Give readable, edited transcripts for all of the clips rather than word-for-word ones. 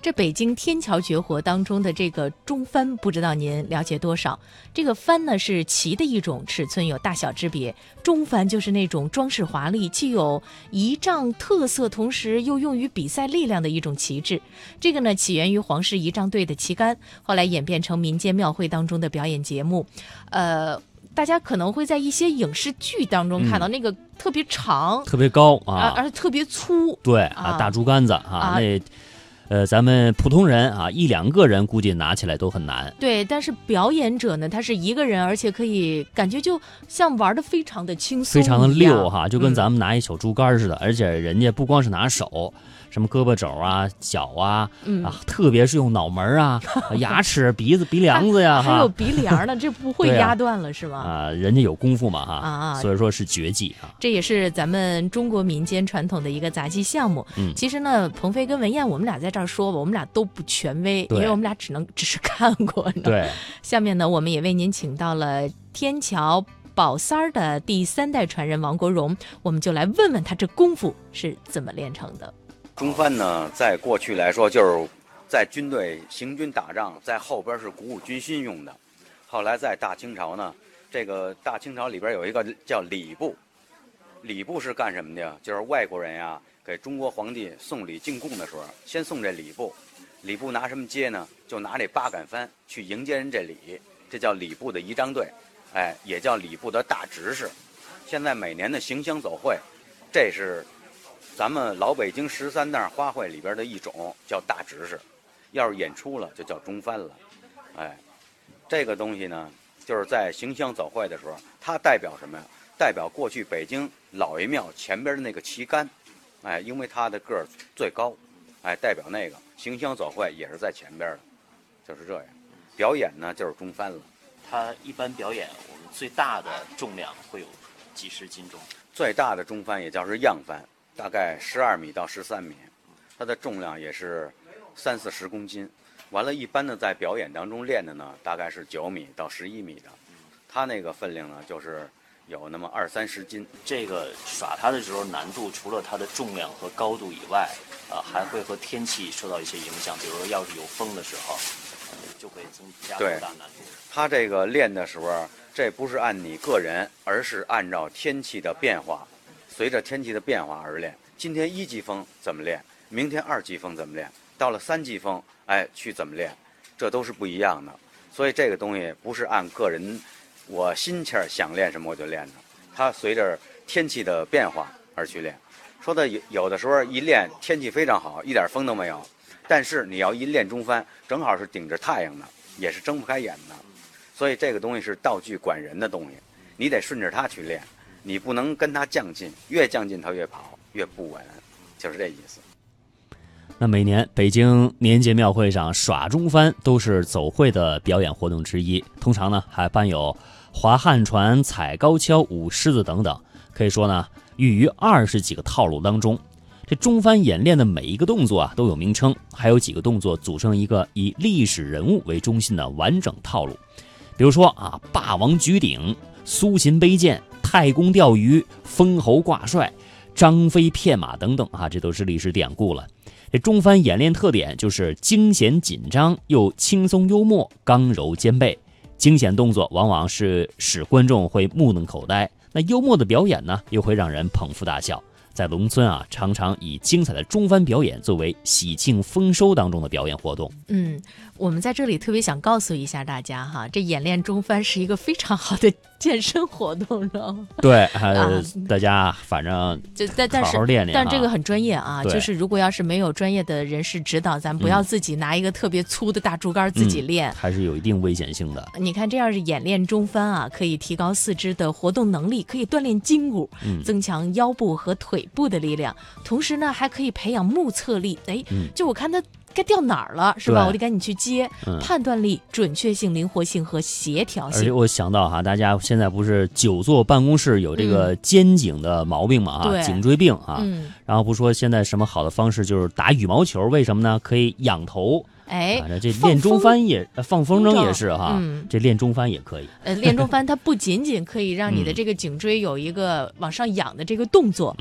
这北京天桥绝活当中的这个中翻，不知道您了解多少？这个翻呢是旗的一种，尺寸有大小之别。中翻就是那种装饰华丽，既有仪仗特色，同时又用于比赛力量的一种旗帜。这个呢起源于皇室仪仗队的旗杆，后来演变成民间庙会当中的表演节目。大家可能会在一些影视剧当中看到那个特别长、 特别高啊， 而且特别粗， 对啊，大竹竿子啊，咱们普通人啊，一两个人估计拿起来都很难。 对，但是表演者呢，他是一个人，而且可以感觉就像玩的非常的轻松， 非常的溜哈，就跟咱们拿一小竹竿似的。而且人家不光是拿手，什么胳膊肘啊、脚啊，特别是用脑门啊、牙齿、鼻子、鼻梁子呀， 还有鼻梁呢，这不会压断了是吗？ 啊，人家有功夫嘛哈，所以说是绝技啊。 这也是咱们中国民间传统的一个杂技项目。其实呢，鹏飞跟文燕，我们俩在这儿说吧，我们俩都不权威，因为我们俩只是看过呢。 对， 下面呢，我们也为您请到了天桥宝三儿的第3代传人王国荣，我们就来问问他这功夫是怎么练成的。 中翻呢，在过去来说，就是在军队行军打仗，在后边是鼓舞军心用的。后来在大清朝呢，这个大清朝里边有一个叫礼部，礼部是干什么的？就是外国人呀，给中国皇帝送礼进贡的时候，先送这礼部。礼部拿什么接呢？就拿这八杆幡去迎接人这礼，这叫礼部的仪仗队，也叫礼部的大执事。现在每年的行香走会，这是咱们老北京13大花卉里边的一种，叫大执事。要是演出了，就叫中翻了。这个东西呢，就是在行香走会的时候，它代表什么呀？代表过去北京老爷庙前边的那个旗杆，因为它的个儿最高，代表那个行香走会也是在前边的，就是这样。表演呢就是中翻了。 它一般表演，我们最大的重量会有几十斤重？ 最大的中翻也叫是样翻，大概12米到13米，它的重量也是30-40公斤。完了，一般的在表演当中练的呢，大概是9米到11米的，它那个分量呢就是有那么20-30斤。 这个耍它的时候难度除了它的重量和高度以外，还会和天气受到一些影响，比如说要是有风的时候，就会增加多大难度。 它这个练的时候，这不是按你个人，而是按照天气的变化，随着天气的变化而练。今天1级风怎么练，明天2级风怎么练，到了3级风，去怎么练，这都是不一样的。所以这个东西不是按个人我心气儿想练什么我就练的，它随着天气的变化而去练。说的有的时候一练天气非常好，一点风都没有，但是你要一练中翻，正好是顶着太阳的，也是睁不开眼的。所以这个东西是道具管人的东西，你得顺着它去练，你不能跟它较劲，越较劲它越跑，越不稳，就是这意思。 那每年北京年节庙会上耍中翻都是走会的表演活动之一，通常呢还伴有划旱船、踩高跷、舞狮子等等，可以说呢寓于20几个套路当中。这中翻演练的每一个动作都有名称，还有几个动作组成一个以历史人物为中心的完整套路。比如说霸王举鼎、苏秦背剑、太公钓鱼、封侯挂帅、张飞骗马等等这都是历史典故了。这中翻演练特点就是惊险紧张又轻松幽默，刚柔兼备。惊险动作往往是使观众会目瞪口呆，那幽默的表演呢又会让人捧腹大笑。在农村常常以精彩的中翻表演作为喜庆丰收当中的表演活动。 我们在这里特别想告诉一下大家这演练中翻是一个非常好的健身活动，知道吗？ 对，大家反正好好练练。 但这个很专业就是如果要是没有专业的人士指导，咱不要自己拿一个特别粗的大竹竿自己练， 还是有一定危险性的。 你看这样是演练中翻可以提高四肢的活动能力，可以锻炼筋骨，增强腰部和腿部的力量，同时呢还可以培养目测力。就我看他该掉哪儿了是吧，我得赶紧去接。判断力、准确性、灵活性和协调性。 而且我想到大家现在不是久坐办公室有这个肩颈的毛病嘛颈椎病然后不说现在什么好的方式就是打羽毛球，为什么呢？可以仰头。这练中翻也放风筝也是这练中翻也可以。 练中翻它不仅仅可以让你的这个颈椎有一个往上仰的这个动作，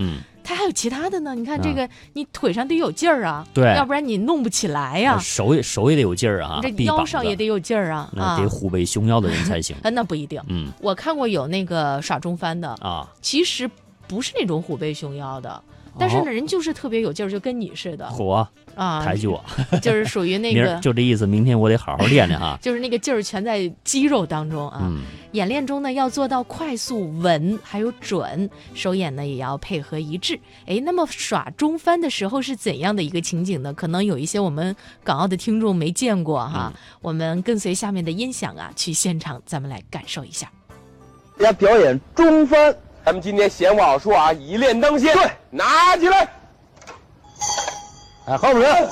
它还有其他的呢。你看这个，你腿上得有劲儿啊， 对， 要不然你弄不起来呀。 手也得有劲儿啊， 这腰上也得有劲儿啊， 得虎背熊腰的人才行。 那不一定。我看过有那个耍中翻的啊，其实不是那种虎背熊腰的。但是呢，人就是特别有劲儿，就跟你似的。 火啊， 抬举我， 就是属于那个， 就这意思。明天我得好好练练哈。 就是那个劲儿全在肌肉当中啊。演练中呢，要做到快速、稳，还有准，手眼呢也要配合一致。那么耍中翻的时候是怎样的一个情景呢？可能有一些我们港澳的听众没见过哈。我们跟随下面的音响啊，去现场，咱们来感受一下。 大家表演中翻。咱们今天闲话少说啊，以练当先。对，拿起来。后边人。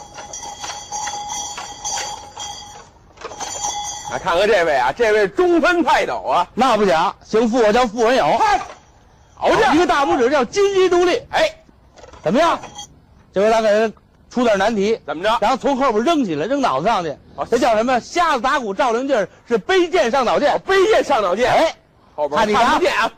看看这位啊，这位中分泰斗啊， 那不假，姓傅，我叫傅文友。 好家伙， 一个大拇指叫金鸡独立。怎么样？这回咱给人出点难题， 怎么着？ 然后从后边扔起来，扔脑子上去。这叫什么？瞎子打鼓照灵劲儿，是背剑上脑剑。 背剑上脑剑。后边看不见啊。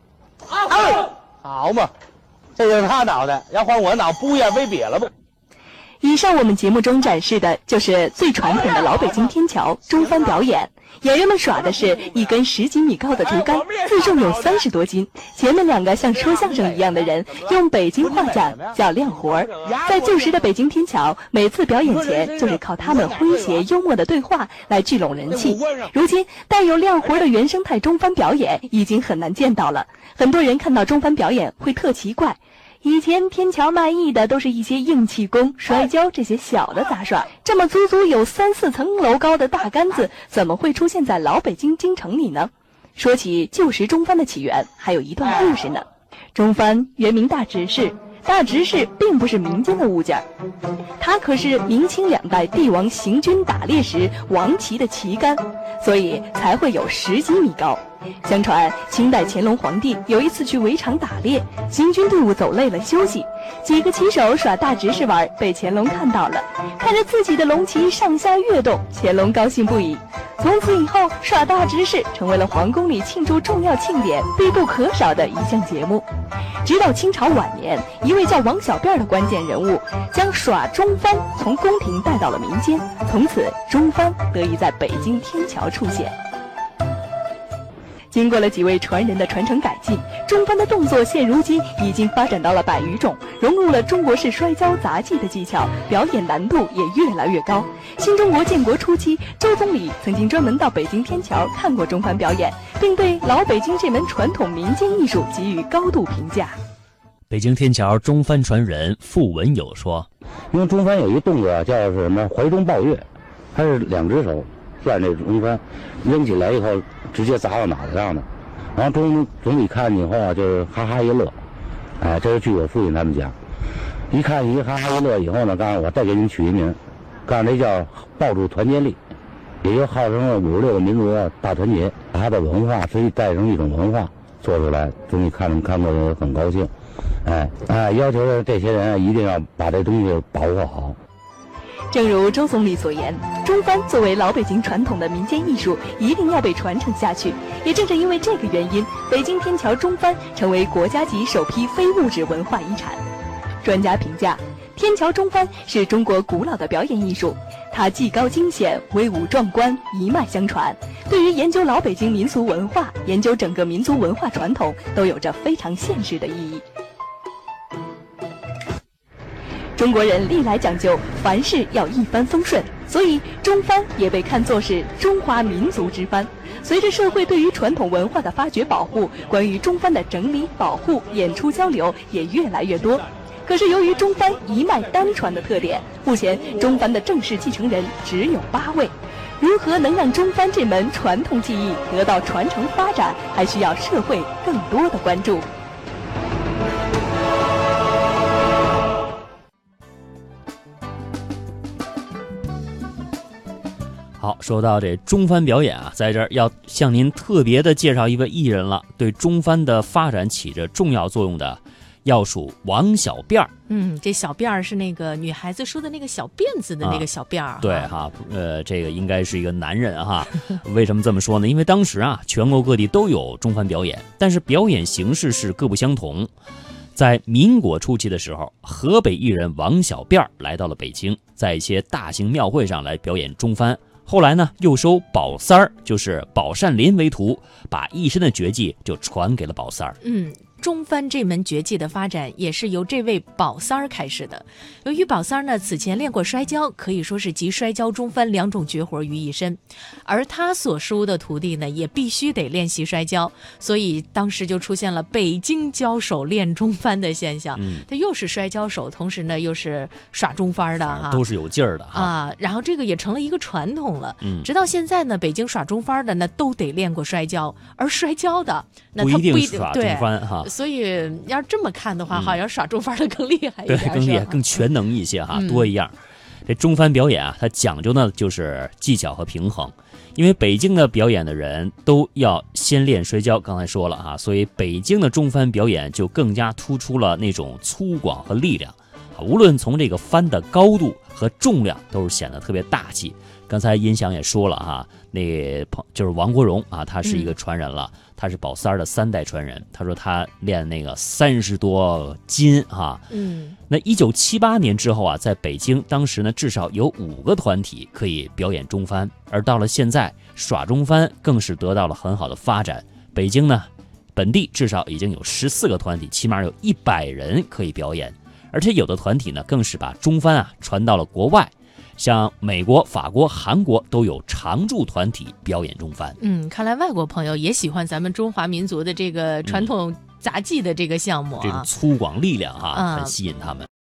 好嘛，这就是他脑袋，要换我脑，不也被瘪了不？ 以上我们节目中展示的就是最传统的老北京天桥中翻表演。演员们耍的是一根10几米高的竹竿，自重有30多斤。前面2个像说相声一样的人，用北京话讲叫亮活儿。在旧时的北京天桥，每次表演前就是靠他们诙谐幽默的对话来聚拢人气。如今带有亮活儿的原生态中翻表演已经很难见到了，很多人看到中翻表演会特奇怪。以前天桥卖艺的都是一些硬气功、摔跤这些小的杂耍，这么足足有3、4层楼高的大杆子，怎么会出现在老北京京城里呢？说起旧时中翻的起源，还有一段故事呢。中翻原名大执事，大执事并不是民间的物件，它可是明清2代帝王行军打猎时王旗的旗杆，所以才会有10几米高。相传清代乾隆皇帝有一次去围场打猎，行军队伍走累了休息，几个骑手耍大执事玩，被乾隆看到了，看着自己的龙旗上下跃动，乾隆高兴不已。从此以后，耍大执事成为了皇宫里庆祝重要庆典必不可少的一项节目。直到清朝晚年，一位叫王小辫的关键人物将耍中翻从宫廷带到了民间，从此中翻得以在北京天桥出现。经过了几位传人的传承改进，中翻的动作现如今已经发展到了100余种，融入了中国式摔跤杂技的技巧，表演难度也越来越高。新中国建国初期，周总理曾经专门到北京天桥看过中翻表演，并对老北京这门传统民间艺术给予高度评价。 北京天桥中翻传人傅文友说：“ 因为中翻有一动作叫是什么怀中抱月，他是2只手攥这中翻，扔起来以后直接砸到脑袋上的。然后周总理看见以后啊，就是哈哈一乐，这是据我父亲他们讲。一看一哈哈一乐以后呢，告诉我再给你取一名，告诉这叫抱住团结力，也就号称了56个民族的大团结，把他的文化实际带成一种文化做出来，总理看过很高兴，要求的这些人一定要把这东西保护好。” 正如周总理所言，中翻作为老北京传统的民间艺术，一定要被传承下去。也正是因为这个原因，北京天桥中翻成为国家级首批非物质文化遗产。专家评价，天桥中翻是中国古老的表演艺术，它技高惊险、威武壮观、一脉相传，对于研究老北京民俗文化、研究整个民族文化传统都有着非常现实的意义。中国人历来讲究凡事要一帆风顺，所以中翻也被看作是中华民族之帆。随着社会对于传统文化的发掘保护，关于中翻的整理保护、演出交流也越来越多。可是由于中翻一脉单传的特点，目前中翻的正式继承人只有8位。如何能让中翻这门传统技艺得到传承发展，还需要社会更多的关注。 好，说到这中翻表演啊，在这儿要向您特别的介绍一位艺人了，对中翻的发展起着重要作用的，要数王小辫儿。 这小辫儿是那个女孩子说的那个小辫子的那个小辫儿。 对哈，这个应该是一个男人哈。为什么这么说呢？因为当时啊，全国各地都有中翻表演，但是表演形式是各不相同。 在民国初期的时候，河北艺人王小辫来到了北京，在一些大型庙会上来表演中翻。后来呢，又收宝三儿，就是宝善林为徒，把一身的绝技就传给了宝三儿。 中翻这门绝技的发展也是由这位宝三儿开始的。由于宝三儿呢此前练过摔跤，可以说是集摔跤、中翻两种绝活于一身，而他所收的徒弟呢也必须得练习摔跤，所以当时就出现了北京交手练中翻的现象。他又是摔跤手，同时呢又是耍中翻的哈， 都是有劲儿的啊。然后这个也成了一个传统了。直到现在呢，北京耍中翻的那都得练过摔跤，而摔跤的那他不一定耍中翻哈。 所以要这么看的话，好像耍中翻的更厉害一点， 对，更厉害、更全能一些哈，多一样。这中翻表演啊，它讲究呢就是技巧和平衡。因为北京的表演的人都要先练摔跤，刚才说了哈，所以北京的中翻表演就更加突出了那种粗犷和力量。无论从这个翻的高度和重量，都是显得特别大气。刚才音响也说了哈，那就是王国荣啊，他是一个传人了，他是宝三儿的3代传人。他说他练那个30多斤哈。那1978年之后啊，在北京当时呢至少有5个团体可以表演中翻，而到了现在耍中翻更是得到了很好的发展。北京呢本地至少已经有14个团体，起码有100人可以表演，而且有的团体呢更是把中翻啊传到了国外。像美国、法国、韩国都有常驻团体表演中翻。 看来外国朋友也喜欢咱们中华民族的这个传统杂技的这个项目啊， 这种粗犷力量哈，很吸引他们。